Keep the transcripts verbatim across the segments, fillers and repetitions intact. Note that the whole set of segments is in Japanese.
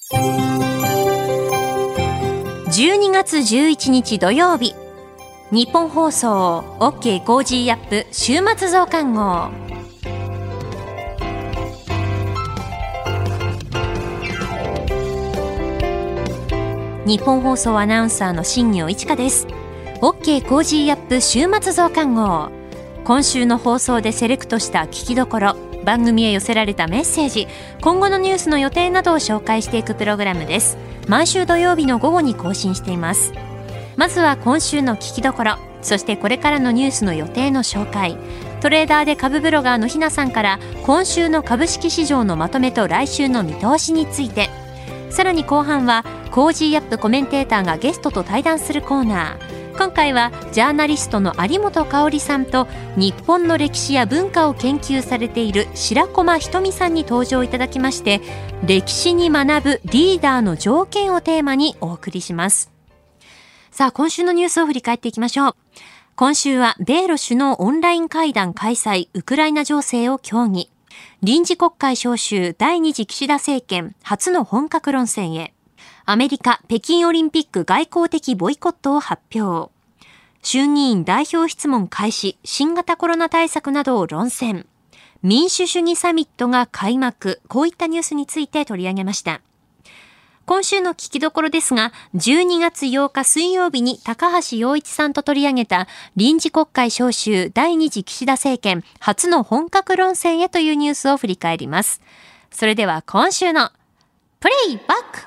じゅうにがつじゅういちにち土曜日、日本放送 OK コージーアップ週末増刊号。日本放送アナウンサーの新業一華です。 OK コージーアップ週末増刊号。今週の放送でセレクトした聞きどころ、番組へ寄せられたメッセージ、今後のニュースの予定などを紹介していくプログラムです。毎週土曜日の午後に更新しています。まずは今週の聞きどころ、そしてこれからのニュースの予定の紹介、トレーダーで株ブロガーのひなさんから今週の株式市場のまとめと来週の見通しについて、さらに後半はコージーアップコメンテーターがゲストと対談するコーナー。今回はジャーナリストの有本香里さんと日本の歴史や文化を研究されている白駒ひとみさんに登場いただきまして、歴史に学ぶリーダーの条件をテーマにお送りします。さあ、今週のニュースを振り返っていきましょう。今週は米ロ首脳オンライン会談開催、ウクライナ情勢を協議、臨時国会召集、第二次岸田政権初の本格論戦へ、アメリカ北京オリンピック外交的ボイコットを発表、衆議院代表質問開始、新型コロナ対策などを論戦、民主主義サミットが開幕、こういったニュースについて取り上げました。今週の聞きどころですが、じゅうにがつようか水曜日に高橋洋一さんと取り上げた臨時国会召集、第二次岸田政権初の本格論戦へというニュースを振り返ります。それでは今週のプレイバック。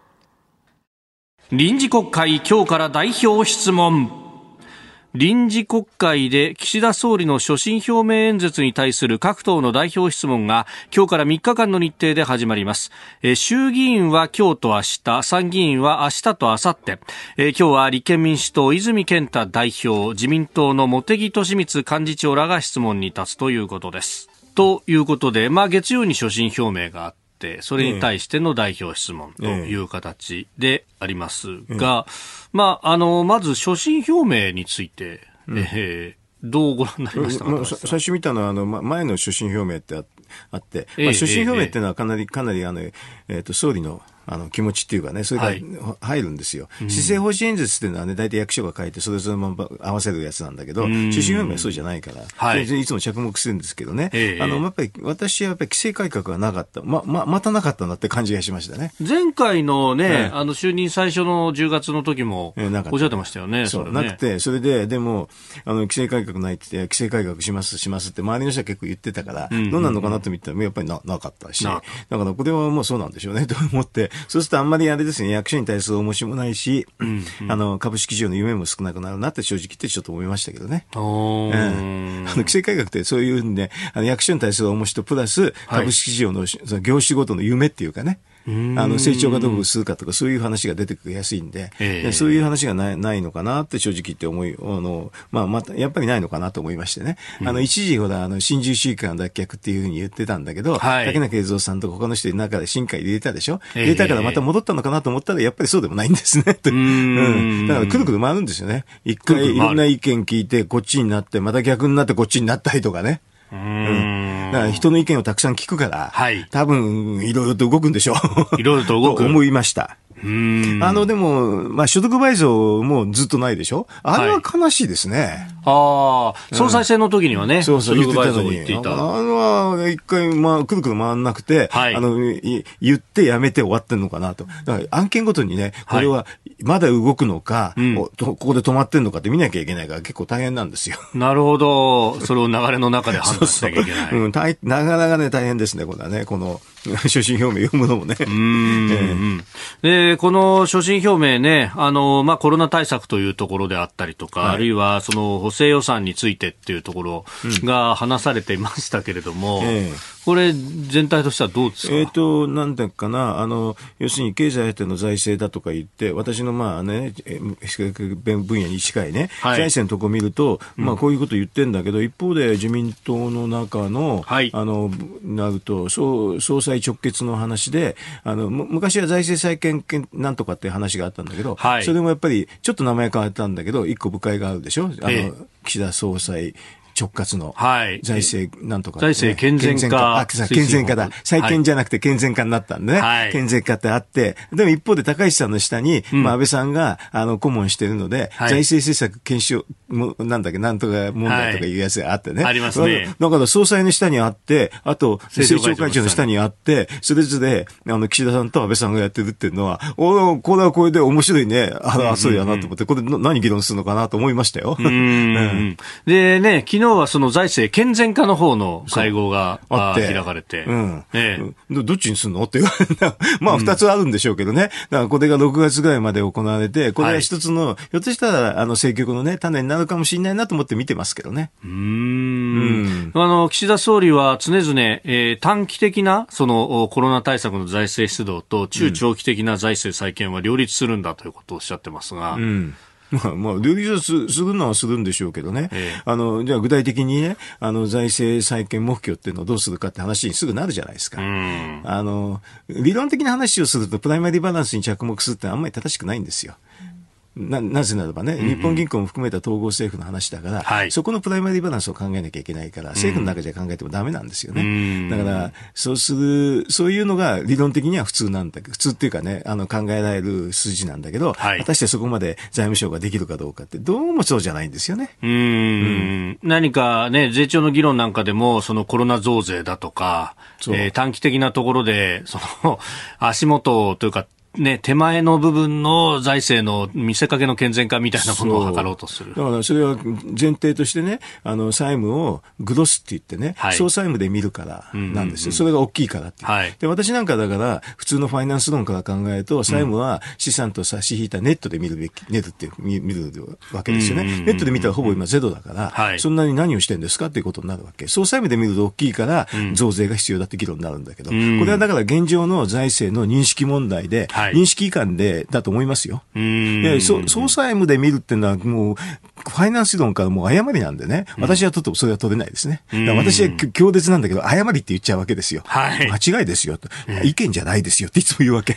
臨時国会今日から代表質問。臨時国会で岸田総理の所信表明演説に対する各党の代表質問が今日からみっかかんの日程で始まります。え衆議院は今日と明日、参議院は明日と明後日。え今日は立憲民主党泉健太代表、自民党の茂木敏光幹事長らが質問に立つということです。ということで、まあ月曜に所信表明があって、それに対しての代表質問という形でありますが、まあ、あのまず所信表明について、うんえー、どうご覧になりましたか。 まあ、最初見たのはあの前の所信表明ってあって、まあ、所信表明っていうのはかなりかなりあの、えー、と総理のあの気持ちっていうかね、それが入るんですよ。はい、施政方針演説っていうのはね、大体役所が書いてそれぞれまま合わせるやつなんだけど、所信表明はそうじゃないから、はい、いつも着目するんですけどね。えー、あのやっぱり私はやっぱり規制改革がなかった、まままたなかったなって感じがしましたね。 前回のね、ねあの就任最初のじゅうがつの時もおっしゃってましたよね。 そうそれねなくて、それででもあの規制改革ないって言って規制改革しますしますって周りの人は結構言ってたから、うんうんうん、どうなのかなと見たらやっぱり な, なかったし、だからこれはもうそうなんでしょうねと思って、そうするとあんまりあれですね、役所に対する面白もないし、うんうん、あの株式市場の夢も少なくなるなって正直言ってちょっと思いましたけどね。うん、あの規制改革ってそういうんで、あの役所に対する面白とプラス株式市場の、はい、その業種ごとの夢っていうかね、あの成長がどうするかとかそういう話が出てくるやすいんで、えー、そういう話がない、ないのかなって正直言って思い、あの、まあ、またやっぱりないのかなと思いましてね。うん、あの一時ほらあの新自由主義からの脱却っていうふうに言ってたんだけど、はい、竹中栄三さんと他の人の中で新会入れたでしょ。入れたからまた戻ったのかなと思ったらやっぱりそうでもないんですね。うん、だからくるくる回るんですよね。一回いろんな意見聞いてこっちになってまた逆になってこっちになったりとかね。うん、だから人の意見をたくさん聞くから、はい、多分いろいろと動くんでしょう。 いろいろと動くと思いました。うーんあのでも、まあ、所得倍増もずっとないでしょ。あれは悲しいですね。 はい、ああ、総裁選の時にはね、うん、 そうそう所得倍増を言っていた。 あれは一回、まあ、くるくる回んなくて、はい、あの言ってやめて終わってんのかなと。だから案件ごとにね、これはまだ動くのか、はい、ここで止まってんのかって見なきゃいけないから結構大変なんですよ。 なるほど。それを流れの中で判断しなきゃいけない。そうそう、うん、大なかなかね大変ですね、これはね、この所信表明読むのもね。うーん、 えー、でこの所信表明ね、あの、まあ、コロナ対策というところであったりとか、はい、あるいはその補正予算についてっていうところが話されていましたけれども、うんえー、これ全体としてはどうですか。 えーと、なんだかな、あの、要するに経済当ての財政だとか言って、私のまあね、分野に近いね、はい、財政のところを見ると、まあ、こういうこと言ってんだけど、うん、一方で自民党の中の、はい、あの、なると、総裁直結の話で、あの昔は財政再建なんとかっていう話があったんだけど、はい、それもやっぱりちょっと名前変わったんだけど一個部会があるでしょ。あの、ええ、岸田総裁直轄の財政なんとか、 ね、財政健全化。 あ、健全化だ。再建じゃなくて健全化になったんでね。はい、健全化ってあって、でも一方で高市さんの下に、うん、まあ安倍さんが、あの、顧問してるので、はい、財政政策検証、もなんだっけ、なんとか問題とかいうやつがあってね。 はい、ありますね。 だから総裁の下にあって、あと、政調会長の下にあって、それぞれ、あの、岸田さんと安倍さんがやってるっていうのは、おこれはこれで面白いね。あの、そうやなと思って、これ何議論するのかなと思いましたよ。 うんうんでね、昨日はその財政健全化の方の会合があって開かれて、 うんええ、ど, どっちにするのって言われた。まあ二つあるんでしょうけどね。だからこれがろくがつぐらいまで行われて、これは一つの、はい、ひょっとしたらあの政局のね種になるかもしれないなと思って見てますけどね。 うーんうんあの岸田総理は常々、えー、短期的なそのコロナ対策の財政出動と中長期的な財政再建は両立するんだということをおっしゃってますが。 うんまあ、まあ、両立するのはするんでしょうけどね。ええ、あの、じゃあ具体的にね、あの、財政再建目標っていうのをどうするかって話にすぐなるじゃないですか。うん、あの、理論的な話をすると、プライマリーバランスに着目するってあんまり正しくないんですよ。な、なぜならばね、うんうん、日本銀行も含めた統合政府の話だから、はい、そこのプライマリーバランスを考えなきゃいけないから、政府の中じゃ考えてもダメなんですよね。うん、だから、そうする、そういうのが理論的には普通なんだけど、普通っていうかね、あの、考えられる数字なんだけど、はい、果たしてそこまで財務省ができるかどうかって、どうもそうじゃないんですよね。 うーんうん、何かね、税調の議論なんかでも、そのコロナ増税だとか、えー、短期的なところで、その、足元というか、ね、手前の部分の財政の見せかけの健全化みたいなものを図ろうとする。 だからそれは前提としてね、あの債務をグロスって言ってね、はい、総債務で見るからなんですよ。うんうんうん、それが大きいからっていう、はい。で、私なんかだから普通のファイナンス論から考えると、債務は資産と差し引いたネットで見るべき、ネットって見るわけですよね、うんうんうんうん。ネットで見たらほぼ今ゼロだから、はい、そんなに何をしてんですかっていうことになるわけ。総債務で見ると大きいから増税が必要だって議論になるんだけど、うん、これはだから現状の財政の認識問題で、はい、認識感ででだと思いますよ。で総債務で見るっていうのはもうファイナンス論からもう誤りなんでね、私はとってもそれは取れないですね。だから私は強烈なんだけど誤りって言っちゃうわけですよ。はい、間違いですよと、意見じゃないですよっていつも言うわけ。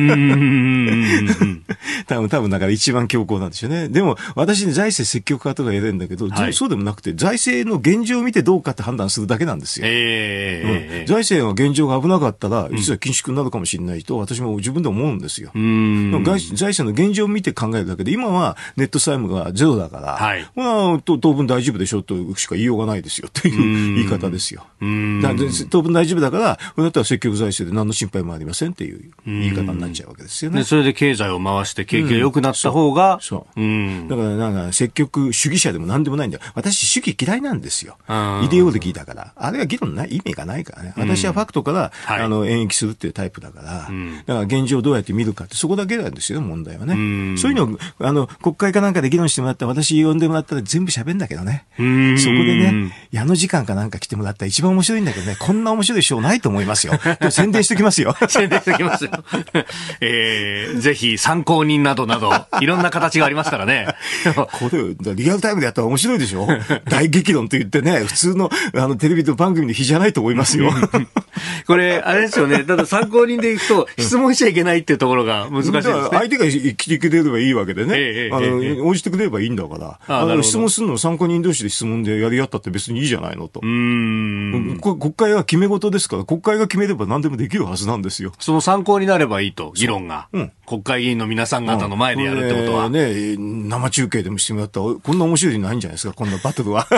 うん多分多分だから一番強硬なんですよね。でも私に財政積極化とか言えるんだけど、はい、そうでもなくて財政の現状を見てどうかって判断するだけなんですよ。えーうん、財政の現状が危なかったら実は緊縮になるかもしれないと私も自分で思うんですよ。うん財政の現状を見て考えるだけで、今はネット債務がゼロだから、はい、まあ、当分大丈夫でしょとしか言いようがないですよという言い方ですよ。だ当分大丈夫だから、これだったら積極財政で何の心配もありませんっていう言い方になっちゃうわけですよね。 でそれで経済を回して景気が良くなった方が、うん、そう。そううんだからなんか積極主義者でも何でもないんだよ。私主義嫌いなんですよ。イデオロギーだから。あれは議論ない意味がないからね。私はファクトから、はい、あの演繹するっていうタイプだから、うん、だから現状をどうやって見るかってそこだけなんですよ問題はね。うそういうのをあの国会かなんかで議論してもらったら私呼んでもらったら全部喋るんだけどね。そこでね矢の時間かなんか来てもらったら一番面白いんだけどね、こんな面白いショーないと思いますよ。宣伝しておきますよ。 宣伝しておきますよ。えー、ぜひ参考人などなどいろんな形がありますからね。 これリアルタイムでやったら面白いでしょ。大激論と言ってね、普通のあのテレビの番組の日じゃないと思いますよ。 これあれですよね。ただ参考人でいくと質問しちゃいけないっていうところが難しいですね。 相手が来てくれればいいわけでね、ええ、あの、ええ、応じてくれればいいんだから、ああの質問するの参考人同士で質問でやり合ったって別にいいじゃないのと。うーん国会は決め事ですから、国会が決めれば何でもできるはずなんですよ。 その参考になればいいと、議論が、うん、国会議員の皆さん方の前でやるってことは、うんね、生中継でもしてもらったらこんな面白いのないんじゃないですか、こんなバトルは。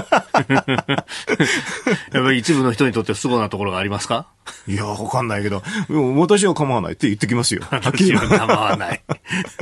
やっぱり一部の人にとって不都合なところがありますか？ いや、わかんないけど、私は構わないって言ってきますよ。 私は構わない。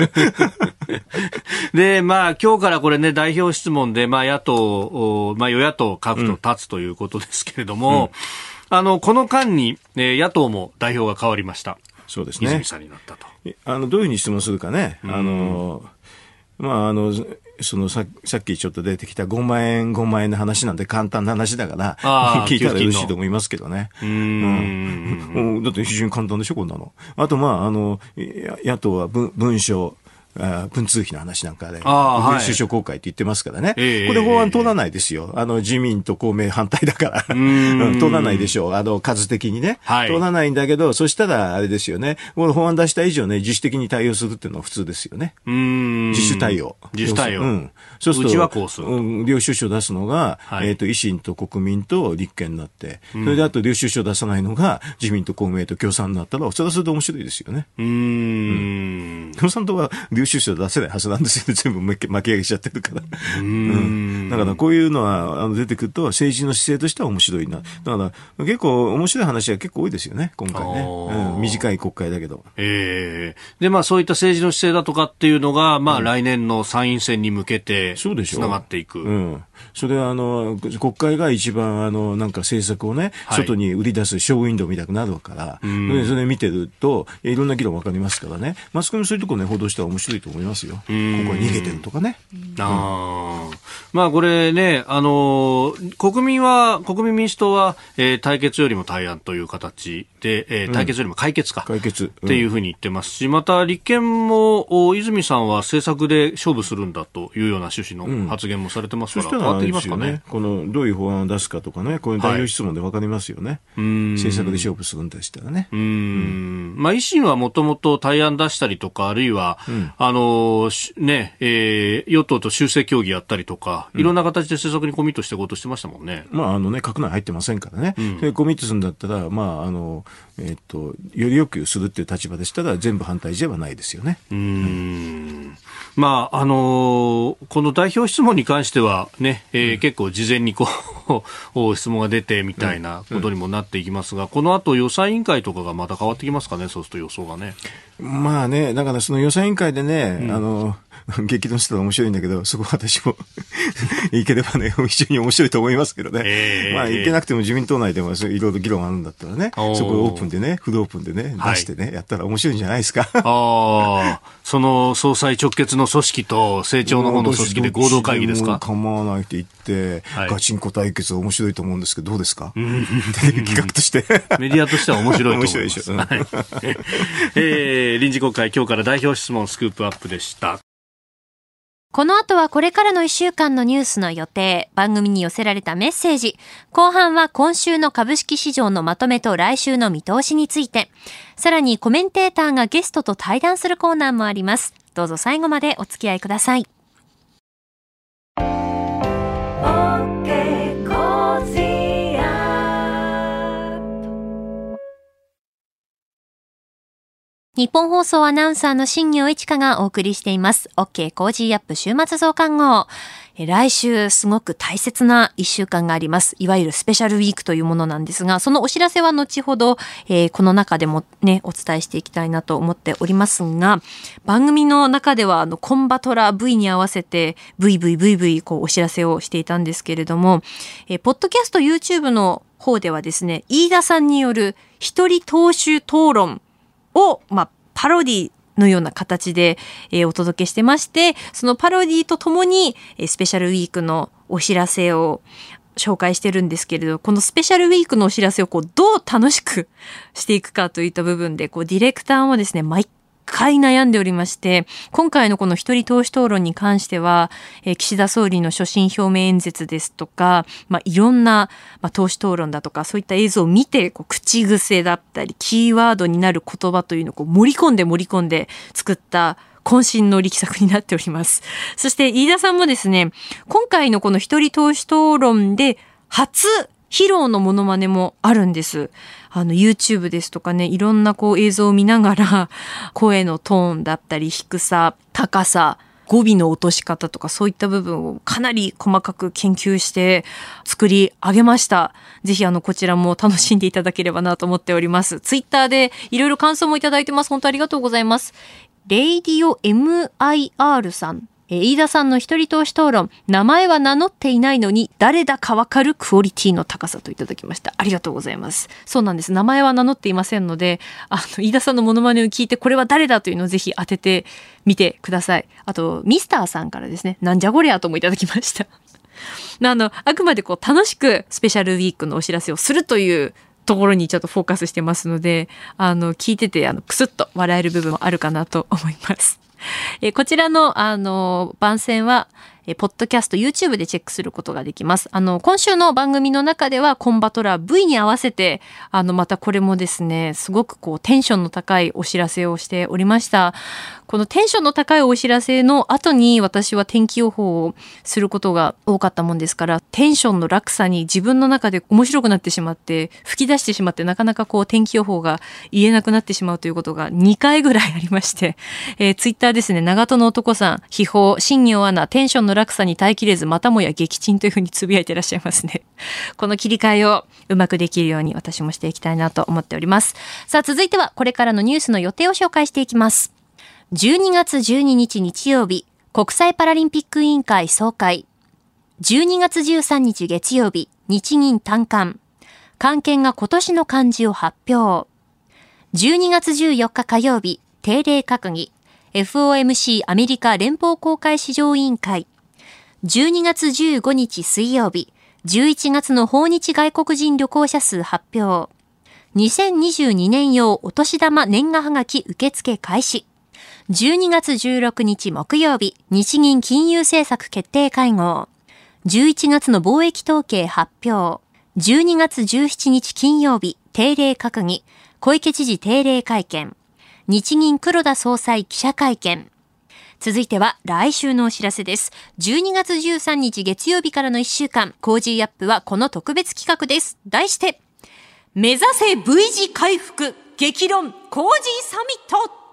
で、まあ、今日からこれね、代表質問で、まあ、野党、まあ、与野党各党立つということですけれども、うん、あの、この間に、えー、野党も代表が変わりました。 そうですね。 泉さんになったと。 あの、どういうふうに質問するかね。あの、まあ、あの、そのさ、さっきちょっと出てきたごまんえん、ごまんえんの話なんて簡単な話だから、聞いたらよろしいと思いますけどね。うんうん、だって非常に簡単でしょ、こんなの。あと、まあ、あの、野党は文、文書、 あ文通費の話なんかで、 はい、 首相公開って言ってますからね。 えー、 これ法案通らないですよ。あの、自民と公明反対だから。通らないでしょう。あの、数的にね。はい、通らないんだけど、そしたら、あれですよね。この法案出した以上ね、自主的に対応するっていうのは普通ですよね。 うーん自主対応。 自主対応。 うん。そうすると、 うちはこうする。 うん、領収書出すのが、はい、えっと、維新と国民と立憲になって、それであと領収書出さないのが、自民と公明と共産になったら、それはそれで面白いですよね。 うーん。うん、 共産党は領収書出せないはずなんですよね。全部巻き上げちゃってるから。 うーん。うん、 だからこういうのはあの出てくると政治の姿勢としては面白いな。だから結構面白い話が結構多いですよね、今回ね。うん、短い国会だけど。 ええー。で、まあそういった政治の姿勢だとかっていうのが、まあ来年の参院選に向けてつながっていく。 うん。それはあの国会が一番あのなんか政策をね、はい、外に売り出すショーウィンドウみたくなるから、うん、それ見てるといろんな議論わかりますからね。マスコミそういうところね報道したら面白いと思いますよ。ここは逃げてるとかね。 ああ、まあこれね、あの国民は国民民主党は、えー、対決よりも対案という形で、えー、対決よりも解決か、 うん、解決、 うん、っていうふうに言ってますし、また立憲も泉さんは政策で勝負するんだというような趣旨の発言もされてますから、うん、変わってきますかね。 このどういう法案を出すかとかね、こういう代表質問で分かりますよね。はい、政策で勝負するんでしたらね。 うーん、うん、まあ維新はもともと対案出したりとか、あるいは、うん、あのね、えー、与党と修正協議やったりとか、いろんな形で政策にコミットしていこうとしてましたもんね。 まああのね、閣内入ってませんからね。うん、でコミットするんだったら、まああのえっとよりよくするっていう立場でしたら全部反対ではないですよね。 うーん、うん、まああのー、この代表質問に関してはね、えーうん、結構事前にこう質問が出てみたいなことにもなっていきますが、うんうん、この後予算委員会とかがまた変わってきますかね。そうすると予想がね。 まあね、だからその予算委員会でね、うん、あの激論してたら面白いんだけど、そこは私もいければね非常に面白いと思いますけどね、えー、まあいけなくても自民党内でもいろいろ議論あるんだったらね、そこをオープンでね、フルオープンでね出してね、はい、やったら面白いんじゃないですか。 あその総裁直結の組織と政調の方の組織で合同会議ですか。 構わないって言って、はい、ガチンコ対決面白いと思うんですけどどうですか。テレビ企画としてメディアとしては面白いと思います。面白いでしょ、うんはい、えー、臨時国会今日から代表質問スクープアップでした。 この後はこれからのいっしゅうかんのニュースの予定、番組に寄せられたメッセージ、後半は今週の株式市場のまとめと来週の見通しについて、さらにコメンテーターがゲストと対談するコーナーもあります。どうぞ最後までお付き合いください。日本放送アナウンサーの新業一華がお送りしています。OK コージーアップ週末増刊号。え来週すごく大切ないっしゅうかんがあります。いわゆるスペシャルウィークというものなんですが、そのお知らせは後ほど、えー、この中でもね、お伝えしていきたいなと思っておりますが、番組の中ではあのコンバトラ V に合わせて ブイブイブイブイ こうお知らせをしていたんですけれども、えー、ポッドキャスト YouTube の方ではですね、飯田さんによる一人党首討論を、まあ、パロディのような形で、えー、お届けしてまして、そのパロディとともに、えー、スペシャルウィークのお知らせを紹介してるんですけれど、このスペシャルウィークのお知らせをこうどう楽しくしていくかといった部分で、こうディレクターもですね、毎回悩んでおりまして、今回のこの一人党首討論に関しては、えー、岸田総理の所信表明演説ですとか、まあ、いろんな、まあ、党首討論だとかそういった映像を見て、こう口癖だったりキーワードになる言葉というのをこう盛り込んで盛り込んで作った渾身の力作になっております。そして飯田さんもですね、今回のこの一人党首討論で初披露のモノマネもあるんです。あの YouTube ですとかね、いろんなこう映像を見ながら声のトーンだったり低さ、高さ、語尾の落とし方とかそういった部分をかなり細かく研究して作り上げました。ぜひあのこちらも楽しんでいただければなと思っております。ツイッターでいろいろ感想もいただいてます。本当ありがとうございます。レイディオ エムアイアール さん。え飯田さんの一人党首討論、名前は名乗っていないのに誰だかわかるクオリティの高さといただきました。ありがとうございます。そうなんです。名前は名乗っていませんので、あの飯田さんのモノマネを聞いてこれは誰だというのをぜひ当ててみてください。あとミスターさんからですね、なんじゃこりゃともいただきました。あのあくまでこう楽しくスペシャルウィークのお知らせをするというところにちょっとフォーカスしてますので、あの聞いててあのクスッと笑える部分もあるかなと思います。 えこちらの、あの、番宣は、えポッドキャスト YouTube でチェックすることができます。あの、今週の番組の中ではコンバトラー V に合わせて、あの、またこれもですね、すごくこう、テンションの高いお知らせをしておりました。このテンションの高いお知らせの後に私は天気予報をすることが多かったもんですから、テンションの落差に自分の中で面白くなってしまって、吹き出してしまって、なかなかこう、天気予報が言えなくなってしまうということがにかいぐらいありまして、えー、ツイッターですね、長門の男さん、秘宝、新業アナ、テンションの落差に耐えきれず、またもや撃沈というふうにつぶやいていらっしゃいますね。この切り替えをうまくできるように私もしていきたいなと思っております。さあ、続いてはこれからのニュースの予定を紹介していきます。じゅうにがつじゅうににち日曜日、国際パラリンピック委員会総会。じゅうにがつじゅうさんにち月曜日、日銀短観。関係が今年の漢字を発表。じゅうにがつじゅうよっか火曜日、定例閣議。エフオーエムシー アメリカ連邦公開市場委員会。じゅうにがつじゅうごにち水曜日、じゅういちがつの訪日外国人旅行者数発表。にせんにじゅうにねん用お年玉年賀はがき受付開始。じゅうにがつじゅうろくにち木曜日、日銀金融政策決定会合。じゅういちがつの貿易統計発表。じゅうにがつじゅうしちにち金曜日、定例閣議。小池知事定例会見。日銀黒田総裁記者会見。続いては来週のお知らせです。じゅうにがつじゅうさんにち月曜日からのいっしゅうかん、コージーアップはこの特別企画です。題して、目指せ V 字回復、激論コージーサミット。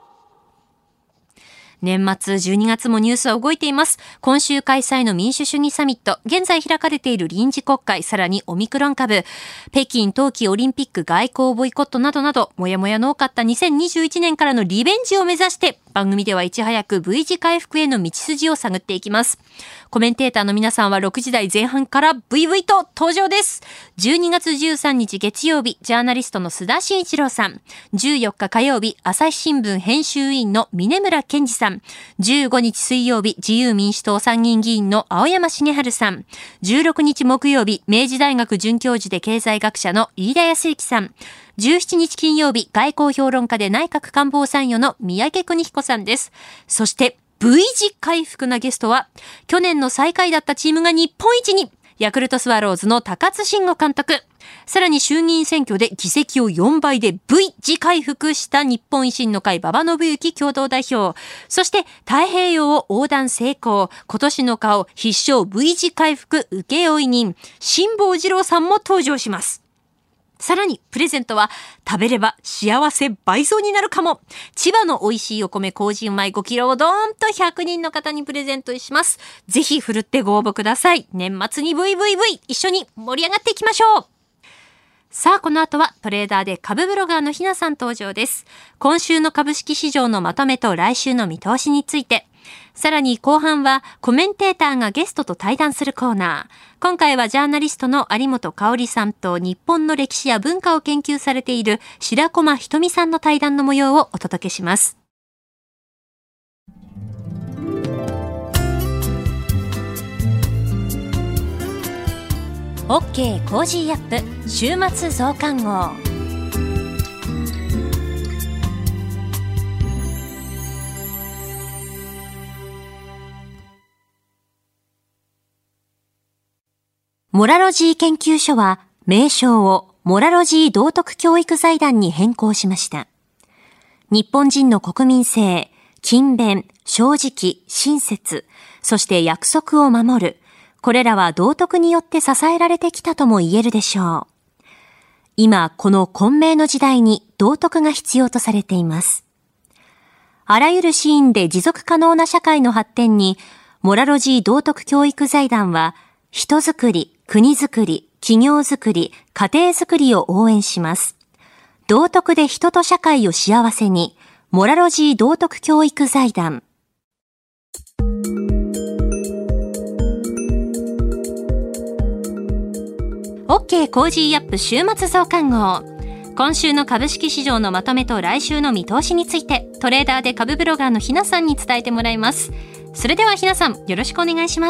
年末じゅうにがつもニュースは動いています。今週開催の民主主義サミット、現在開かれている臨時国会、さらにオミクロン株、北京冬季オリンピック外交ボイコットなどなど、もやもやの多かったにせんにじゅういちねんからのリベンジを目指して、番組ではいち早く V 字回復への道筋を探っていきます。コメンテーターの皆さんはろくじ台前半から ブイブイ と登場です。じゅうにがつじゅうさんにち月曜日、ジャーナリストの須田慎一郎さん。じゅうよっか火曜日、朝日新聞編集委員の峯村健二さん。じゅうごにち水曜日、自由民主党参議院議員の青山茂春さん。じゅうろくにち木曜日、明治大学准教授で経済学者の飯田康之さん。じゅうしちにち金曜日、外交評論家で内閣官房参与の三宅邦彦さんです。そして、V 字回復なゲストは、去年の最下位だったチームが日本一に、ヤクルトスワローズの高津臣吾監督。さらに衆議院選挙で議席をよんばいで V 字回復した日本維新の会馬場伸幸共同代表。そして太平洋を横断成功。今年の顔必勝 V 字回復請負人。辛坊治郎さんも登場します。さらにプレゼントは食べれば幸せ倍増になるかも。千葉の美味しいお米麹米ごキロをドーンとひゃくにんの方にプレゼントします。ぜひふるってご応募ください。年末に ブイブイブイ 一緒に盛り上がっていきましょう。さあ、この後はトレーダーで株ブロガーのひなさん登場です。今週の株式市場のまとめと来週の見通しについて。さらに後半はコメンテーターがゲストと対談するコーナー。今回はジャーナリストの有本香里さんと日本の歴史や文化を研究されている白駒ひとみさんの対談の模様をお届けします。OK コージーアップ週末増刊号。モラロジー研究所は名称をモラロジー道徳教育財団に変更しました。日本人の国民性、勤勉、正直、親切、そして約束を守る。これらは道徳によって支えられてきたとも言えるでしょう。今、この混迷の時代に道徳が必要とされています。あらゆるシーンで持続可能な社会の発展に、モラロジー道徳教育財団は、人づくり、国づくり、企業づくり、家庭づくりを応援します。道徳で人と社会を幸せに、モラロジー道徳教育財団。OK コージーアップ週末増刊号。今週の株式市場のまとめと来週の見通しについて、トレーダーで株ブロガーのひなさんに伝えてもらいます。それではひなさん、よろしくお願いします。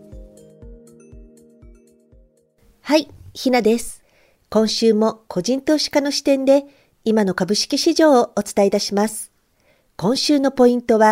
はい、ひなです。今週も個人投資家の視点で今の株式市場をお伝えいたします。今週のポイントは、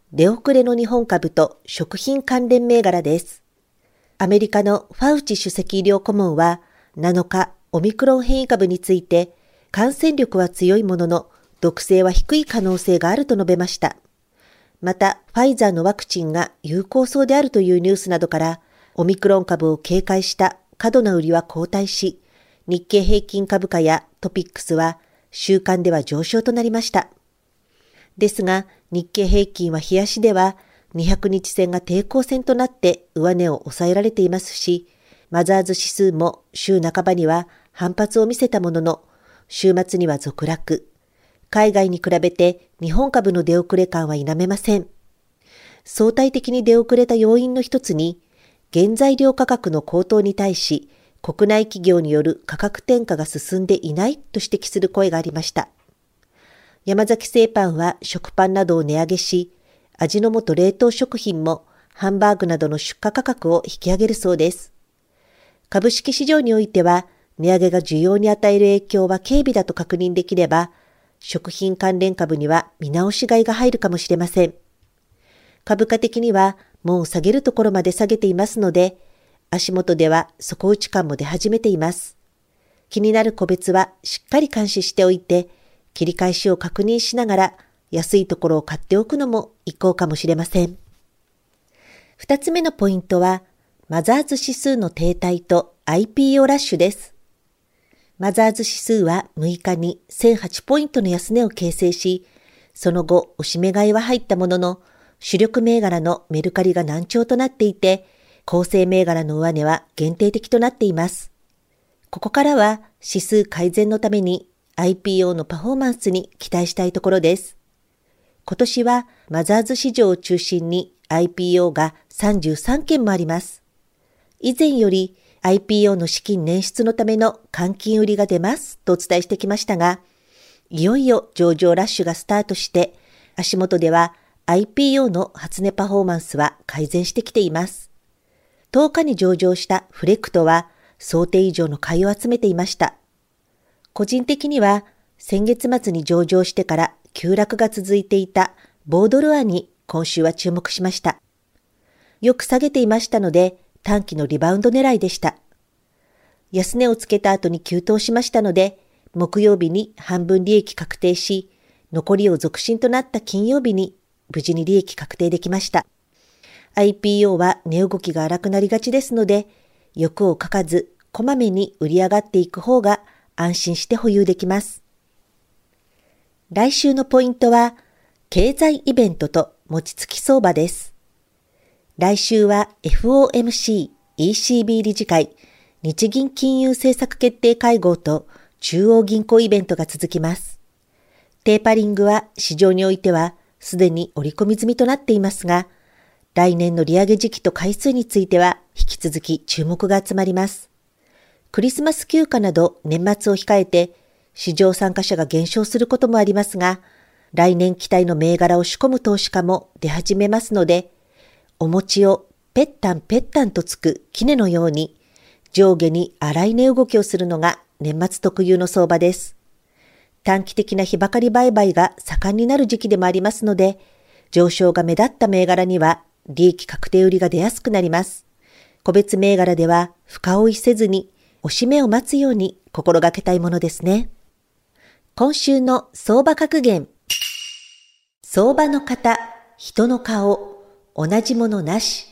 出遅れの日本株と食品関連銘柄です。アメリカのファウチ首席医療顧問はなのか、オミクロン変異株について感染力は強いものの毒性は低い可能性があると述べました。また、ファイザーのワクチンが有効そうであるというニュースなどからオミクロン株を警戒した過度な売りは後退し、日経平均株価やトピックスは週間では上昇となりました。ですが、日経平均は日足ではにひゃくにち線が抵抗線となって上値を抑えられていますし、マザーズ指数も週半ばには反発を見せたものの、週末には続落。海外に比べて日本株の出遅れ感は否めません。相対的に出遅れた要因の一つに、原材料価格の高騰に対し、国内企業による価格転嫁が進んでいないと指摘する声がありました。山崎製パンは食パンなどを値上げし、味の素冷凍食品もハンバーグなどの出荷価格を引き上げるそうです。株式市場においては、値上げが需要に与える影響は軽微だと確認できれば、食品関連株には見直し買いが入るかもしれません。株価的にはもう下げるところまで下げていますので、足元では底打ち感も出始めています。気になる個別はしっかり監視しておいて、切り返しを確認しながら安いところを買っておくのも一考かもしれません。二つ目のポイントは、マザーズ指数の停滞と アイピーオー ラッシュです。マザーズ指数はむいかにせんはちポイントの安値を形成し、その後押し目買いは入ったものの、主力銘柄のメルカリが難聴となっていて、構成銘柄の上値は限定的となっています。ここからは指数改善のために アイピーオー のパフォーマンスに期待したいところです。今年はマザーズ市場を中心に アイピーオー がさんじゅうさんけんもあります。以前より アイピーオー の資金捻出のための換金売りが出ますとお伝えしてきましたが、いよいよ上場ラッシュがスタートして、足元では アイピーオー の初値パフォーマンスは改善してきています。とおかに上場したフレクトは想定以上の買いを集めていました。個人的には先月末に上場してから急落が続いていたボードルアに今週は注目しました。よく下げていましたので短期のリバウンド狙いでした。安値をつけた後に急騰しましたので、木曜日に半分利益確定し、残りを続伸となった金曜日に無事に利益確定できました。アイピーオー は値動きが荒くなりがちですので、欲をかかず、こまめに売り上がっていく方が安心して保有できます。来週のポイントは、経済イベントと餅つき相場です。来週は エフオーエムシー、イーシービー 理事会、日銀金融政策決定会合と中央銀行イベントが続きます。テーパリングは市場においてはすでに織り込み済みとなっていますが、来年の利上げ時期と回数については引き続き注目が集まります。クリスマス休暇など年末を控えて市場参加者が減少することもありますが、来年期待の銘柄を仕込む投資家も出始めますので、お餅をペッタンペッタンとつく杵のように上下に荒い値動きをするのが年末特有の相場です。短期的な日ばかり売買が盛んになる時期でもありますので、上昇が目立った銘柄には利益確定売りが出やすくなります。個別銘柄では深追いせずに押し目を待つように心がけたいものですね。今週の相場格言。相場の型、人の顔、同じものなし。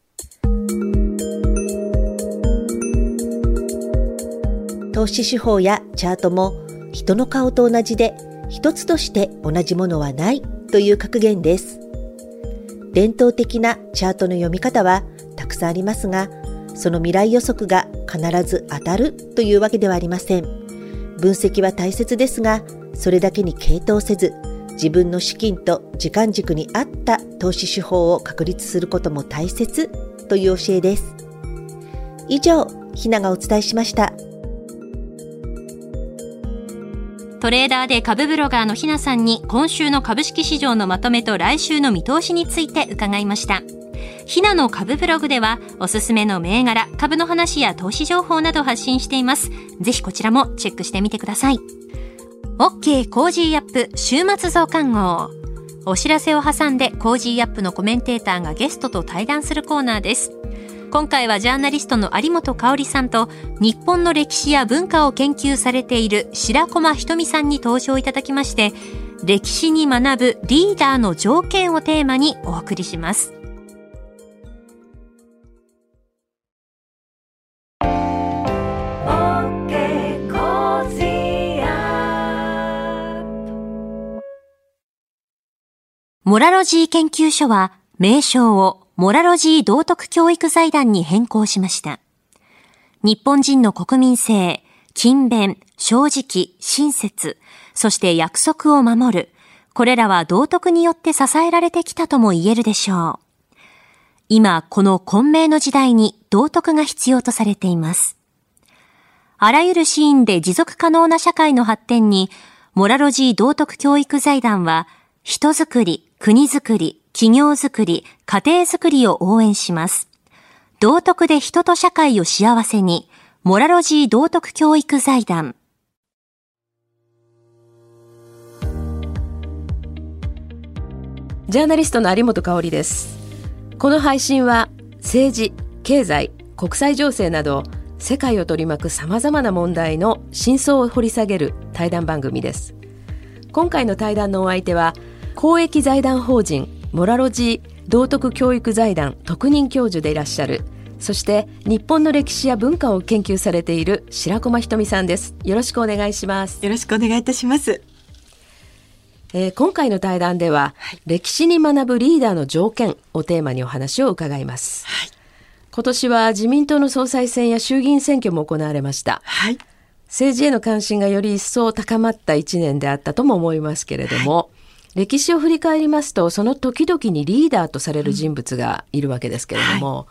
投資手法やチャートも人の顔と同じで一つとして同じものはないという格言です。伝統的なチャートの読み方はたくさんありますが、その未来予測が必ず当たるというわけではありません。分析は大切ですが、それだけに傾倒せず、自分の資金と時間軸に合った投資手法を確立することも大切という教えです。以上、ひながお伝えしました。 トレーダーで株ブロガーのひなさんに今週の株式市場のまとめと来週の見通しについて伺いました。ひなの株ブログではおすすめの銘柄、株の話や投資情報など発信しています。ぜひこちらもチェックしてみてください。OK コージーアップ週末増刊号。 お知らせを挟んでコージーアップのコメンテーターがゲストと対談するコーナーです。今回はジャーナリストの有本香里さんと日本の歴史や文化を研究されている白駒ひとみさんに登場いただきまして、歴史に学ぶリーダーの条件をテーマにお送りします。モラロジー研究所は名称をモラロジー道徳教育財団に変更しました。日本人の国民性、勤勉、正直、親切、そして約束を守る。これらは道徳によって支えられてきたとも言えるでしょう。今、この混迷の時代に道徳が必要とされています。あらゆるシーンで持続可能な社会の発展に、モラロジー道徳教育財団は、人づくり、国づくり、企業づくり、家庭づくりを応援します。道徳で人と社会を幸せに、モラロジー道徳教育財団。 ジャーナリストの有本香里です。この配信は政治、経済、国際情勢など世界を取り巻くさまざまな問題の真相を掘り下げる対談番組です。今回の対談のお相手は公益財団法人モラロジー道徳教育財団特任教授でいらっしゃる、そして日本の歴史や文化を研究されている白駒ひとみさんです。よろしくお願いします。 よろしくお願いいたします。 えー、今回の対談では、はい、歴史に学ぶリーダーの条件をテーマにお話を伺います。はい、今年は自民党の総裁選や衆議院選挙も行われました。はい、政治への関心がより一層高まった一年であったとも思いますけれども、はい、歴史を振り返りますとその時々にリーダーとされる人物がいるわけですけれども、はい、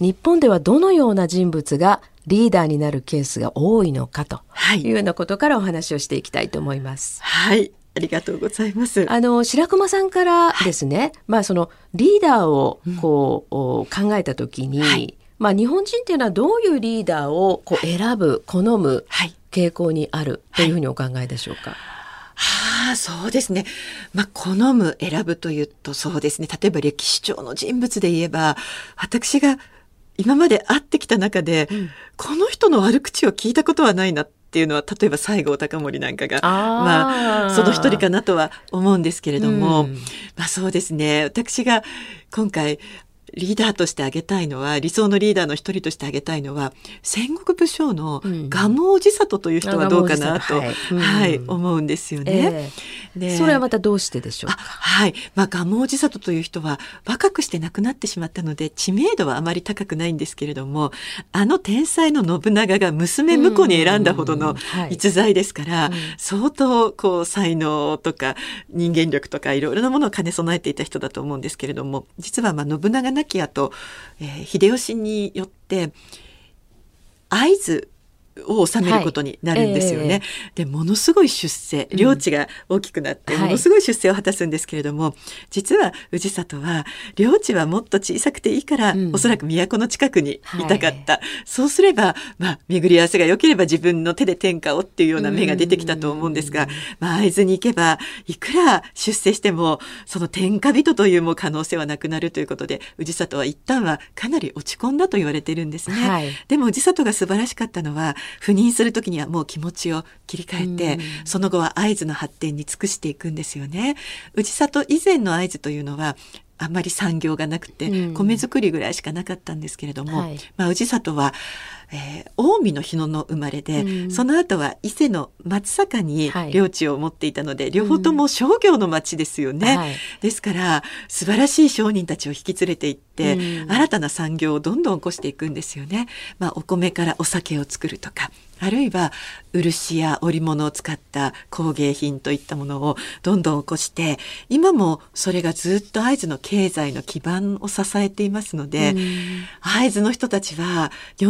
日本ではどのような人物がリーダーになるケースが多いのかというようなことからお話をしていきたいと思います。 はい、ありがとうございます。 あの白駒さんからですね、はい、まあそのリーダーをこう、うん、考えたときに、はい、まあ日本人っていうのはどういうリーダーをこう選ぶ、好む傾向にあるというふうにお考えでしょうか。はいはあ、そうですね。まあ、好む、選ぶというとそうですね。例えば歴史上の人物で言えば、私が今まで会ってきた中で、うん、この人の悪口を聞いたことはないなっていうのは、例えば西郷隆盛なんかが、あまあ、その一人かなとは思うんですけれども、うん、まあそうですね。私が今回、リーダーとして挙げたいのは、理想のリーダーの一人として挙げたいのは、戦国武将の蒲生氏郷という人はどうかなと、うんはいうんはい、思うんですよね、 えー、でそれはまたどうしてでしょうか。 はい、まあ、蒲生氏郷という人は若くして亡くなってしまったので知名度はあまり高くないんですけれども、あの天才の信長が娘婿に選んだほどの逸材ですから、うんはい、相当こう才能とか人間力とかいろいろなものを兼ね備えていた人だと思うんですけれども、実はまあ信長亡き後、えー、秀吉によって会津を治めることになるんですよね、はいえー、でものすごい出世、領地が大きくなってものすごい出世を果たすんですけれども、はい、実は氏郷は領地はもっと小さくていいから、うん、おそらく都の近くにいたかった、はい、そうすれば、まあ、巡り合わせが良ければ自分の手で天下をっていうような目が出てきたと思うんですが、まあ、会津に行けばいくら出世してもその天下人というも可能性はなくなるということで、氏郷は一旦はかなり落ち込んだと言われているんですね、はい、でも氏郷が素晴らしかったのは、赴任するときにはもう気持ちを切り替えて、その後は会津の発展に尽くしていくんですよね。氏郷以前の会津というのはあんまり産業がなくて、うん、米作りぐらいしかなかったんですけれども、はいまあ、氏郷は、えー、近江の日野の生まれで、うん、その後は伊勢の松阪に領地を持っていたので、はい、両方とも商業の町ですよね、うんはい、ですから素晴らしい商人たちを引き連れて行って、うん、新たな産業をどんどん起こしていくんですよね、まあ、お米からお酒を作るとか、あるいは漆や織物を使った工芸品といったものをどんどん起こして、今もそれがずっと会津の経済の基盤を支えていますので、会津の人たちはよんひゃくねん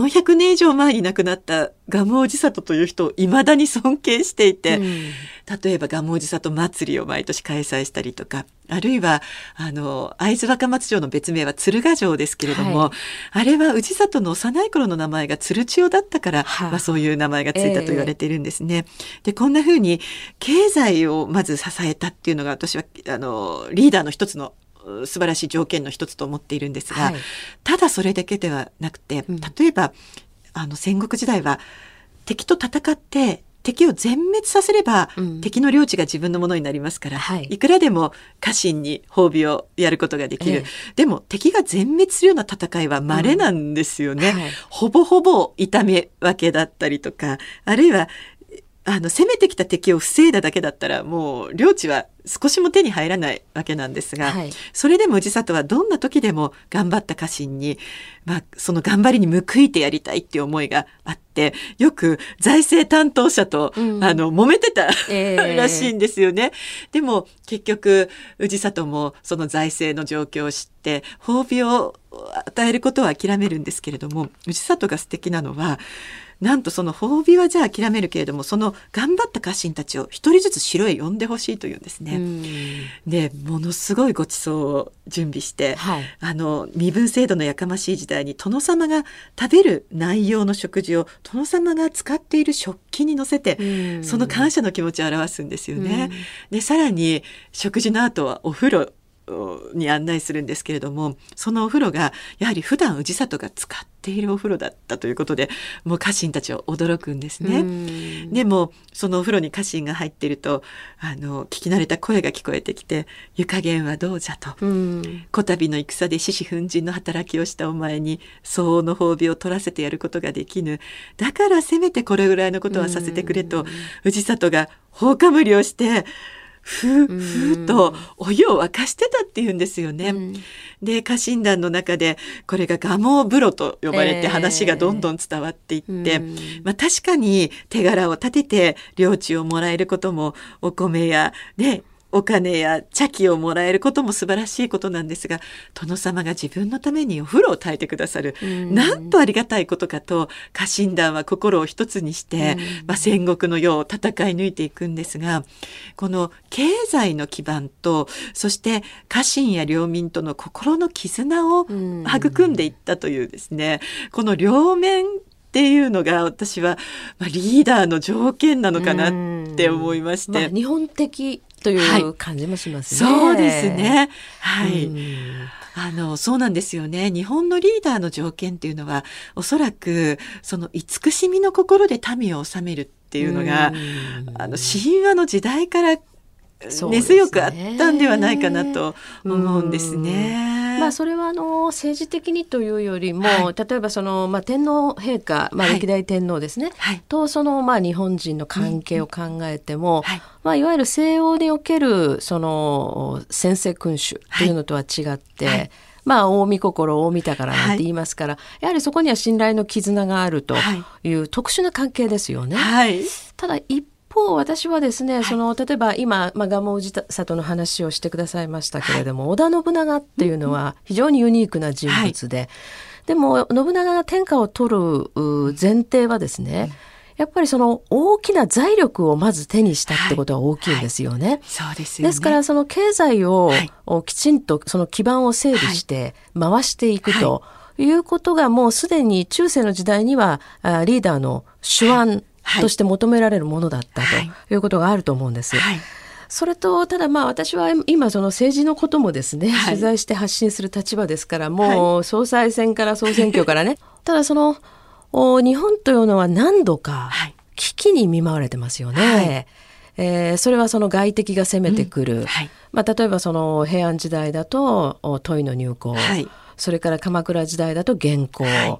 ねん以上前に亡くなった蒲生治里という人を未だに尊敬していて、うん、例えば蒲生治里祭りを毎年開催したりとか、あるいはあの会津若松城の別名は鶴ヶ城ですけれども、はい、あれは氏里の幼い頃の名前が鶴千代だったから、はあまあ、そういう名前がついたと言われているんですね、えー、でこんな風に経済をまず支えたっていうのが私はあのリーダーの一つの素晴らしい条件の一つと思っているんですが、はい、ただそれだけではなくて、例えば、うん、あの戦国時代は敵と戦って敵を全滅させれば、うん、敵の領地が自分のものになりますから、はい、いくらでも家臣に褒美をやることができる、ええ、でも敵が全滅するような戦いは稀なんですよね、うんはい、ほぼほぼ痛み分けだったりとか、あるいはあの攻めてきた敵を防いだだけだったらもう領地は少しも手に入らないわけなんですが、はい、それでも氏里はどんな時でも頑張った家臣に、まあ、その頑張りに報いてやりたいっていう思いがあって、よく財政担当者と、うん、あの揉めてた、えー、らしいんですよね。でも結局氏里もその財政の状況を知って褒美を与えることは諦めるんですけれども、氏里が素敵なのはなんとその褒美はじゃあ諦めるけれども、その頑張った家臣たちを一人ずつ城へ呼んでほしいというんですね。でものすごいご馳走を準備して、はい、あの身分制度のやかましい時代に殿様が食べる内容の食事を殿様が使っている食器に乗せて、その感謝の気持ちを表すんですよね。でさらに食事の後はお風呂に案内するんですけれども、そのお風呂がやはり普段氏里が使っているお風呂だったということで、もう家臣たちは驚くんですね。でもそのお風呂に家臣が入っていると、あの聞き慣れた声が聞こえてきて、湯加減はどうじゃと、こたびの戦で獅子奮迅の働きをしたお前に相応の褒美を取らせてやることができぬ、だからせめてこれぐらいのことはさせてくれと氏里が放火無理をしてふーふーとお湯を沸かしてたっていうんですよね、うん、で家臣団の中でこれが蒲生風呂と呼ばれて話がどんどん伝わっていって、えーまあ、確かに手柄を立てて領地をもらえることも、お米やねお金や茶器をもらえることも素晴らしいことなんですが、殿様が自分のためにお風呂を焚いてくださる、なんとありがたいことかと家臣団は心を一つにして、まあ、戦国の世を戦い抜いていくんですが、この経済の基盤とそして家臣や領民との心の絆を育んでいったというですね、この両面っていうのが私は、まあ、リーダーの条件なのかなって思いまして、まあ、 日本的という感じもしますね。 はい、そうですね。はい。あの、そうなんですよね。日本のリーダーの条件っていうのは、おそらく、その慈しみの心で民を治めるっていうのが、あの、神話の時代から根強くあったんではないかなと思うんですね。 まあ、それはあの政治的にというよりも、はい、例えばその、まあ、天皇陛下、まあ、歴代天皇ですね、はい、とその、まあ、日本人の関係を考えても、はいまあ、いわゆる西欧におけるその専制君主というのとは違って、はいまあ、大見心大見宝なんて言いますから、はい、やはりそこには信頼の絆があるという特殊な関係ですよね。はい、ただ一方私はですね、はい、その例えば今、まあ、蒲生氏里の話をしてくださいましたけれども、はい、織田信長っていうのは非常にユニークな人物で、はい、でも信長が天下を取る前提はですね、やっぱりその大きな財力をまず手にしたってことは大きいんですよね。はいはい、そうですよね。ですからその経済をきちんとその基盤を整備して回していくということがもうすでに中世の時代にはリーダーの手腕として求められるものだったということがあると思うんです。はいはい、それとただまあ私は今その政治のこともですね、はい、取材して発信する立場ですから、もう総裁選から総選挙からねただその日本というのは何度か危機に見舞われてますよね。はいえー、それはその外敵が攻めてくる、うんはいまあ、例えばその平安時代だと問いの入港、はい、それから鎌倉時代だと元寇、はい、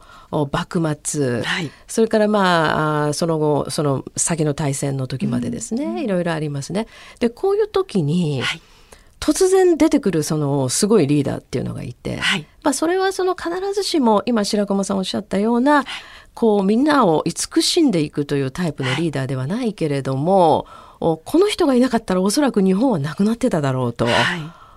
幕末、はい、それからまあその後その先の大戦の時までですね、うん、いろいろありますね。でこういう時に、はい突然出てくるそのすごいリーダーっていうのがいて、はいまあ、それはその必ずしも今白駒さんおっしゃったような、はい、こうみんなを慈しんでいくというタイプのリーダーではないけれども、はい、この人がいなかったらおそらく日本はなくなってただろうと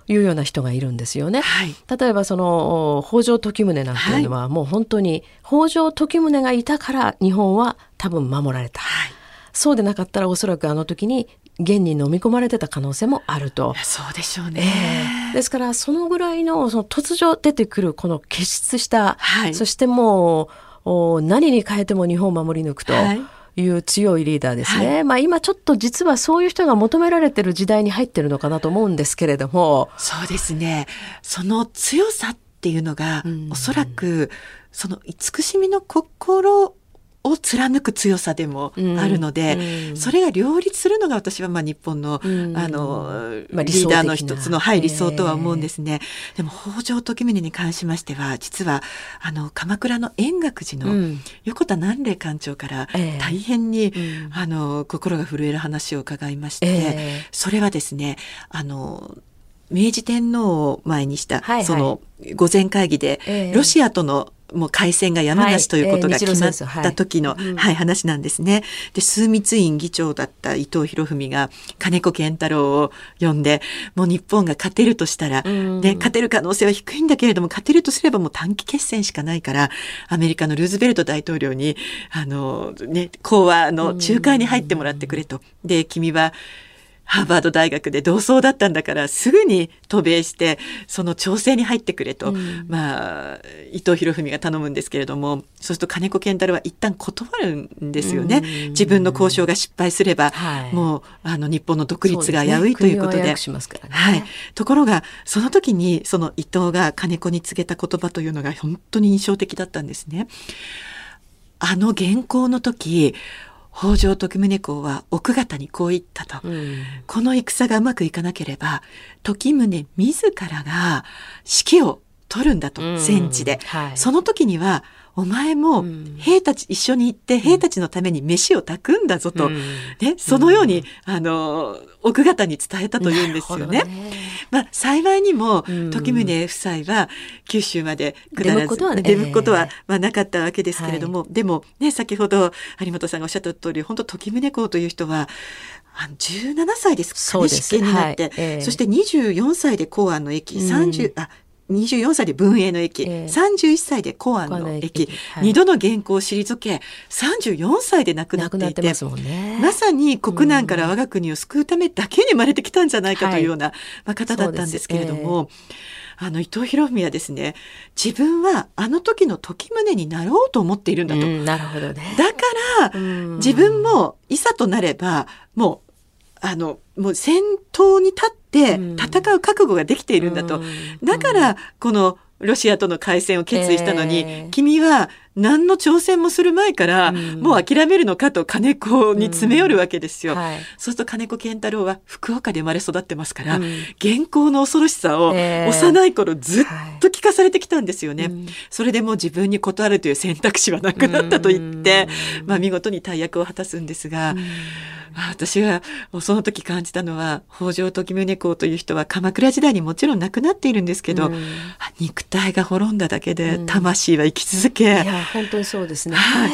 いうような人がいるんですよね。 はい、 例えばその北条時宗なんていうのは、はい、もう本当に北条時宗がいたから日本は多分守られた、はい、そうでなかったらおそらくあの時に元に飲み込まれてた可能性もあると。 そうでしょうね、 えー、ですからそのぐらい の, その突如出てくるこの結出した、はい、そしてもう何に変えても日本を守り抜くと、はいいう強いリーダーですね、はい、まあ、今ちょっと実はそういう人が求められている時代に入ってるのかなと思うんですけれども。 そうですね、その強さっていうのが、うん、おそらくその慈しみの心を貫く強さでもあるので、うん、それが両立するのが私はまあ日本の、うん、あの、まあ、リーダーの一つの、はい、理想とは思うんですね。でも北条時宗に関しましては実はあの鎌倉の円覚寺の横田南嶺館長から大変に、えーうん、あの心が震える話を伺いまして、えー、それはですね、あの明治天皇を前にした、はいはい、その御前会議で、えー、ロシアとのもう開戦がやむなしということが決まった時の、はいえーはい、話なんですね。で、枢密院議長だった伊藤博文が金子健太郎を呼んで、もう日本が勝てるとしたら、ね、勝てる可能性は低いんだけれども、勝てるとすればもう短期決戦しかないから、アメリカのルーズベルト大統領に、あの、ね、講和の仲介に入ってもらってくれと。で、君は、ハーバード大学で同窓だったんだからすぐに渡米してその調整に入ってくれと、うん、まあ伊藤博文が頼むんですけれども、そうすると金子健太郎は一旦断るんですよね、うん、自分の交渉が失敗すれば、はい、もうあの日本の独立が危ういということで、 しますからね、 はい、ところがその時にその伊藤が金子に告げた言葉というのが本当に印象的だったんですね。あの元寇の時北条時宗公は奥方にこう言ったと、うん、この戦がうまくいかなければ時宗自らが指揮を取るんだと、うん、戦地で、はい、その時にはお前も兵たち一緒に行って兵たちのために飯を炊くんだぞと、うんね、そのように、うん、あの奥方に伝えたというんですよね。まあ、幸いにも時宗夫妻は九州まで下らず出向くことは、まあ、なかったわけですけれども、はい、でも、ね、先ほど有本さんがおっしゃった通り本当時宗公という人はじゅうななさいですかね、執権になって、はいえー、そしてにじゅうよんさいで公安の役、さんじゅう、あにじゅうよんさいで文永の役、えー、さんじゅういっさいで公安の役、はい、にどの元寇を退けさんじゅうよんさいで亡くなっていて、亡くなってますもんね、まさに国難から我が国を救うためだけに生まれてきたんじゃないかというような、はいまあ、方だったんですけれども、えー、あの伊藤博文はですね、自分はあの時の時宗になろうと思っているんだと、うん、 なるほどね、 だから自分もいざとなればもうあのもう戦闘に立って戦う覚悟ができているんだと、うん、だからこのロシアとの開戦を決意したのに、えー、君は何の挑戦もする前から、うん、もう諦めるのかと金子に詰め寄るわけですよ、うんはい、そうすると金子健太郎は福岡で生まれ育ってますから、うん、元寇の恐ろしさを幼い頃ずっと聞かされてきたんですよね、はい、それでもう自分に断るという選択肢はなくなったと言って、うんまあ、見事に大役を果たすんですが、うん私がその時感じたのは北条時宗公という人は鎌倉時代にもちろん亡くなっているんですけど、うん、肉体が滅んだだけで魂は生き続け、うん、 いや本当にそうですね、 はい、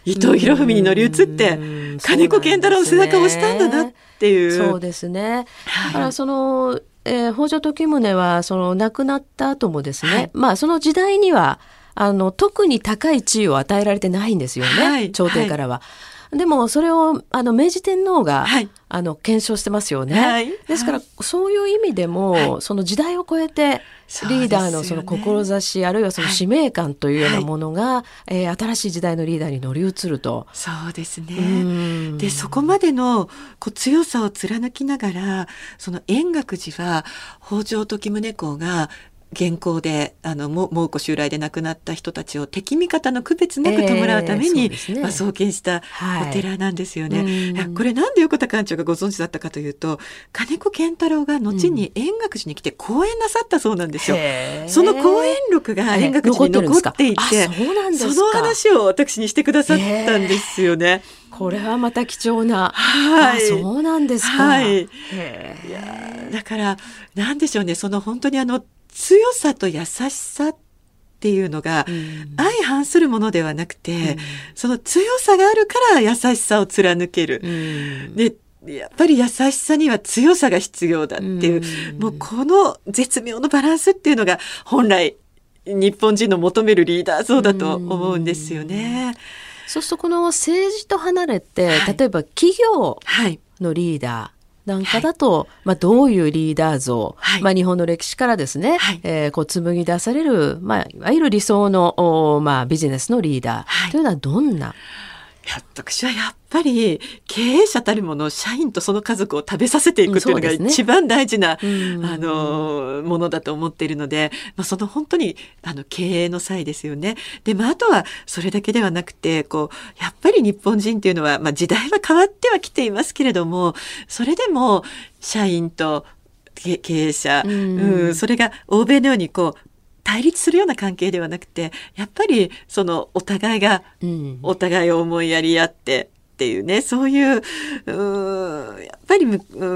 伊藤博文に乗り移って金子健太郎の背中を押したんだなっていう。 そうですね、だからその、えー、北条時宗はその亡くなった後もですね、はい、まあその時代にはあの特に高い地位を与えられてないんですよね、はい、朝廷からは、はいでもそれをあの明治天皇が、はい、あの検証してますよね、はい、ですから、はい、そういう意味でも、はい、その時代を超えてリーダーのその志、ね、あるいはその使命感というようなものが、はいえー、新しい時代のリーダーに乗り移ると。 そうですね。でそこまでのこう強さを貫きながらその円覚寺は北条時宗公が元寇であの蒙古襲来で亡くなった人たちを敵味方の区別なく弔うために、えーねまあ、創建したお寺なんですよね、はい、これなんで横田館長がご存知だったかというと金子健太郎が後に円覚寺に来て講演なさったそうなんですよ、うん、その講演録が円覚寺に残っていて、 そうなんですか。 その話を私にしてくださったんですよね。 これはまた貴重な、 はい、 あそうなんですか、 はい、いやだからなんでしょうね、その本当にあの強さと優しさっていうのが相反するものではなくて、うん、その強さがあるから優しさを貫ける、うん、でやっぱり優しさには強さが必要だっていう、うもうこの絶妙のバランスっていうのが本来日本人の求めるリーダー像だと思うんですよね。 そうするとこの政治と離れて、はい、例えば企業のリーダーなんかだと、はい、まあ、どういうリーダー像、はい、まあ、日本の歴史からですね、はい、えー、こう紡ぎ出される、まあ、いわゆる理想の、まあ、ビジネスのリーダーというのはどんな、はい、 いや私はやっぱり経営者たるもの社員とその家族を食べさせていくというのが一番大事な、うんね、あのものだと思っているので、まあ、その本当にあの経営の際ですよね。で、まあ、あとはそれだけではなくてこうやっぱり日本人っていうのは、まあ、時代は変わってはきていますけれども、それでも社員と経営者、うんうん、それが欧米のようにこう対立するような関係ではなくて、やっぱりそのお互いがお互いを思いやり合ってっていうね、そういう、うーんやっぱり、うん、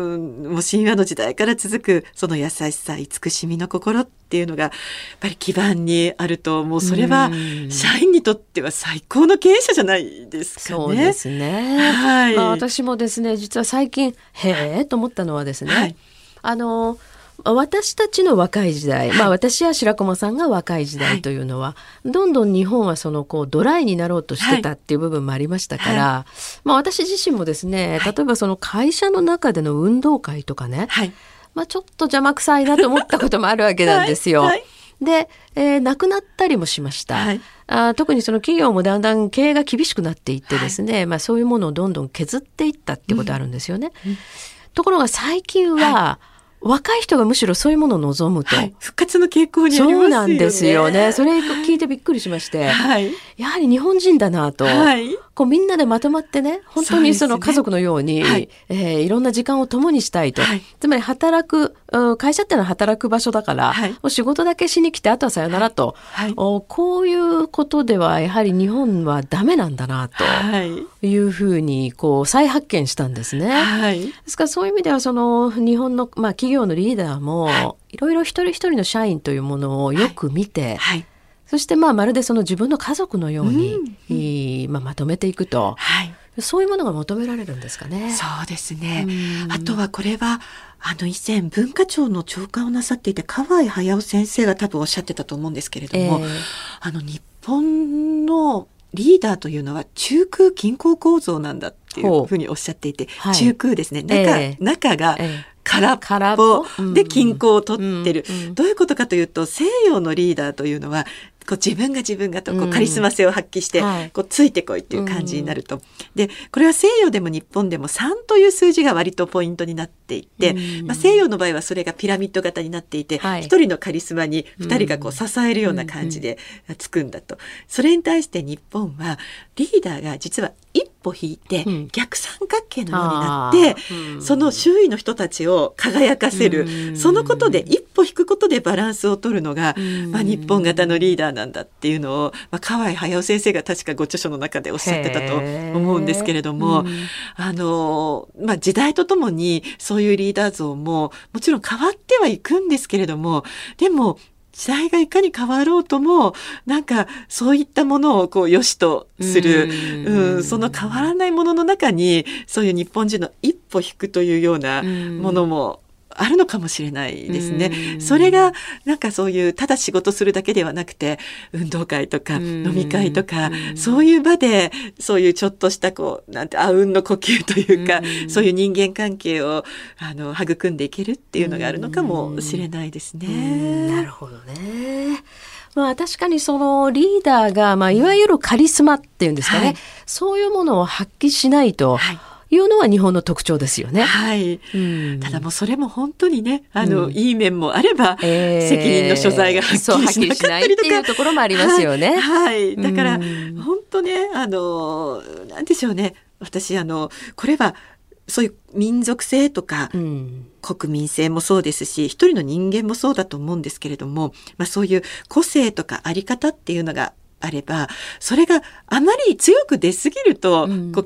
もう神話の時代から続くその優しさ、慈しみの心っていうのがやっぱり基盤にあると、もうそれは社員にとっては最高の経営者じゃないですかね。 そうですね、はい、まあ、私もですね実は最近へーと思ったのはですね、はい、あの私たちの若い時代、まあ、私や白駒さんが若い時代というのは、はい、どんどん日本はそのこうドライになろうとしてたっていう部分もありましたから、はい、まあ、私自身もですね、例えばその会社の中での運動会とかね、はい、まあ、ちょっと邪魔くさいなと思ったこともあるわけなんですよ。はいはい、で、えー、なくなったりもしました。はい、あ特にその企業もだんだん経営が厳しくなっていってですね、はい、まあ、そういうものをどんどん削っていったっていうことあるんですよね。うんうん、ところが最近は、はい、若い人がむしろそういうものを望むと、はい、 復活の傾向にありますよね。 そうなんですよね。それ聞いてびっくりしまして、はい、やはり日本人だなと、はい、こうみんなでまとまってね、本当にその家族のように、はい、えー、いろんな時間を共にしたいと、はい、つまり働く会社ってのは働く場所だから、はい、もう仕事だけしに来てあとはさよならと、はい、おこういうことではやはり日本はダメなんだなというふうにこう再発見したんですね。はい、ですからそういう意味ではその日本の、まあ、企業のリーダーも、はい、いろいろ一人一人の社員というものをよく見て、はいはい、そしてまあまるでその自分の家族のように、うんうん、まあ、まとめていくと、はい、そういうものが求められるんですかね。 そうですね。あとはこれはあの以前文化庁の長官をなさっていて河合隼先生が多分おっしゃってたと思うんですけれども、えー、あの日本のリーダーというのは中空均衡構造なんだっていうふうにおっしゃっていて、はい、中空ですね、中、えー、中が、えー空っぽで均衡を取ってる、うんうん、どういうことかというと西洋のリーダーというのはこう自分が自分がとこうカリスマ性を発揮して、うん、はい、こうついてこいっていう感じになると、うん、でこれは西洋でも日本でもさんという数字が割とポイントになっていて、うん、まあ、西洋の場合はそれがピラミッド型になっていて、はい、ひとりのカリスマにふたりがこう支えるような感じでつくんだと、うんうん、それに対して日本はリーダーが実は一歩引いて逆三角形のようになって、うん、その周囲の人たちを輝かせる、うん、そのことで一歩引くことでバランスを取るのが、うん、まあ、日本型のリーダーなんだっていうのを、まあ、河合隼先生が確かご著書の中でおっしゃってたと思うんですけれども、うん、あのまあ、時代とともにそういうリーダー像ももちろん変わってはいくんですけれども、でも時代がいかに変わろうともなんかそういったものをこう良しとする、うんうん、その変わらないものの中にそういう日本人の一歩引くというようなものもあるのかもしれないですね。それがなんかそういうただ仕事するだけではなくて運動会とか飲み会とかそういう場でそういうちょっとしたこうなんてあうんの呼吸というかそういう人間関係をあの育んでいけるっていうのがあるのかもしれないですね。 なるほどね。まあ、確かにそのリーダーが、まあ、いわゆるカリスマっていうんですかね、はい、そういうものを発揮しないと、はい、いうのは日本の特徴ですよね。 はい、うん、ただもうそれも本当にねあの、うん、いい面もあれば、えー、責任の所在がはっきりしなかったりとか、 っていうところもありますよね。 はい、はい、だから、うん、本当ねあのなんでしょうね、私あのこれはそういう民族性とか、うん、国民性もそうですし一人の人間もそうだと思うんですけれども、まあ、そういう個性とかあり方っていうのがあればそれがあまり強く出すぎると、うん、こう決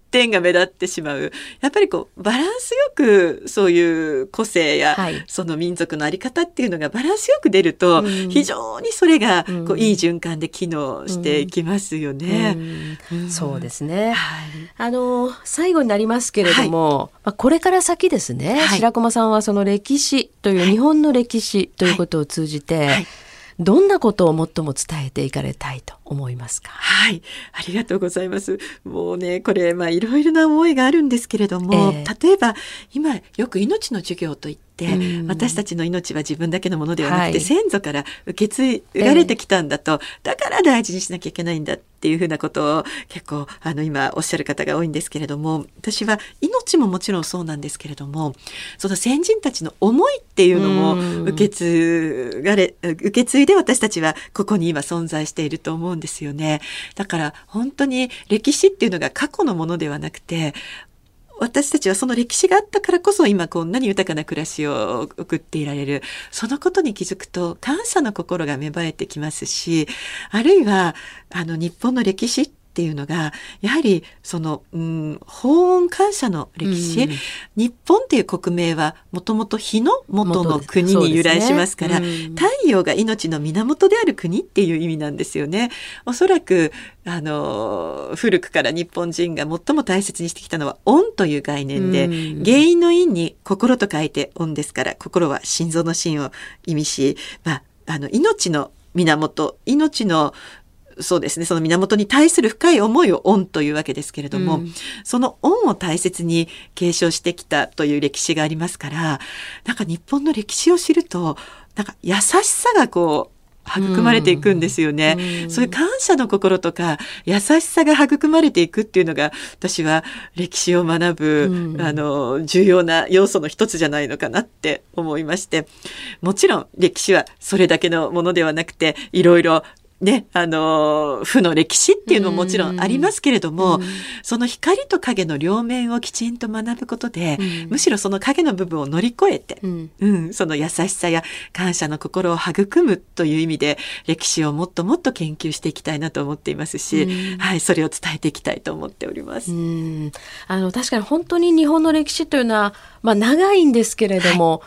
点が目立ってしまう。やっぱりこうバランスよくそういう個性や、はい、その民族のあり方っていうのがバランスよく出ると、うん、非常にそれがこういい循環で機能していきますよね。 うんうんうん、そうですね、はい、あの最後になりますけれども、はい、まあ、これから先ですね、はい、白駒さんはその歴史という、日本の歴史ということを通じて、はいはい、どんなことを最も伝えていかれたいと思いますか？ はい、ありがとうございます。もうね、これ、まあ、いろいろな思いがあるんですけれども、えー、例えば、今、よく命の授業といって、私たちの命は自分だけのものではなくて、はい、先祖から受け継がれてきたんだと、えー、だから大事にしなきゃいけないんだっていうふうなことを結構あの今おっしゃる方が多いんですけれども、私は命ももちろんそうなんですけれども、その先人たちの思いっていうのも受け継がれ受け継いで私たちはここに今存在していると思うんですよね。だから本当に歴史っていうのが過去のものではなくて、私たちはその歴史があったからこそ今こんなに豊かな暮らしを送っていられる。そのことに気づくと感謝の心が芽生えてきますし、あるいはあの日本の歴史っていうのがやはりその、うん、法恩感謝の歴史、うん、日本っていう国名はもともと火の元の国に由来しますから、ね、うん、太陽が命の源である国っていう意味なんですよね。おそらくあの古くから日本人が最も大切にしてきたのは恩という概念で、うん、原因の因に心と書いて恩ですから、心は心臓の心を意味し、まあ、あの命の源、命のそうですね、その源に対する深い思いを恩というわけですけれども、うん、その恩を大切に継承してきたという歴史がありますから、なんか日本の歴史を知るとなんか優しさがこう育まれていくんですよね、うん、そういう感謝の心とか優しさが育まれていくっていうのが、私は歴史を学ぶ、うん、あの重要な要素の一つじゃないのかなって思いまして、もちろん歴史はそれだけのものではなくて、いろいろね、あの負の歴史っていうのももちろんありますけれども、うん、その光と影の両面をきちんと学ぶことで、うん、むしろその影の部分を乗り越えて、うんうん、その優しさや感謝の心を育むという意味で歴史をもっともっと研究していきたいなと思っていますし、うん、はい、それを伝えていきたいと思っております。 うん、あの確かに本当に日本の歴史というのは、まあ、長いんですけれども、はい、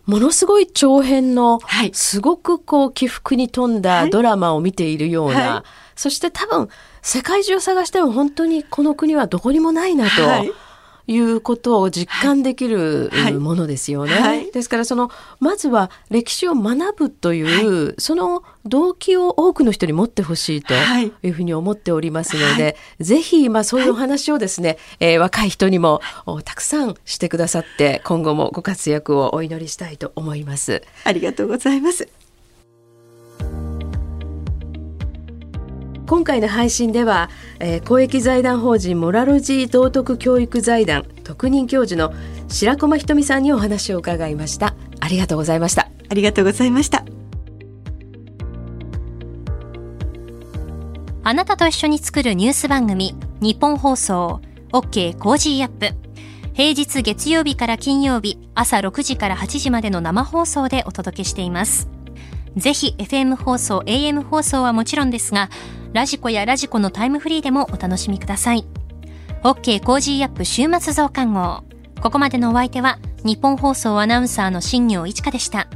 ものすごい長編の、はい、すごくこう起伏に富んだドラマを見ているような、はい、そして多分世界中探しても本当にこの国はどこにもないなと、はい、いうことを実感できるものですよね、はいはい、ですからそのまずは歴史を学ぶという、はい、その動機を多くの人に持ってほしいというふうに思っておりますので、はい、ぜひまあそういうお話をですね、はい、えー、若い人にもたくさんしてくださって、今後もご活躍をお祈りしたいと思います。 ありがとうございます。 今回の配信では、えー、公益財団法人モラロジー道徳教育財団特任教授の白駒ひとみさんにお話を伺いました。ありがとうございました。 ありがとうございました。 あなたと一緒に作るニュース番組、日本放送 OK コージーアップ、平日月曜日から金曜日朝ろくじからはちじまでの生放送でお届けしています。ぜひ エフエム 放送 エーエム 放送はもちろんですが、ラジコやラジコのタイムフリーでもお楽しみください。 OK コージーアップ週末増刊号、ここまでのお相手は日本放送アナウンサーの新業一華でした。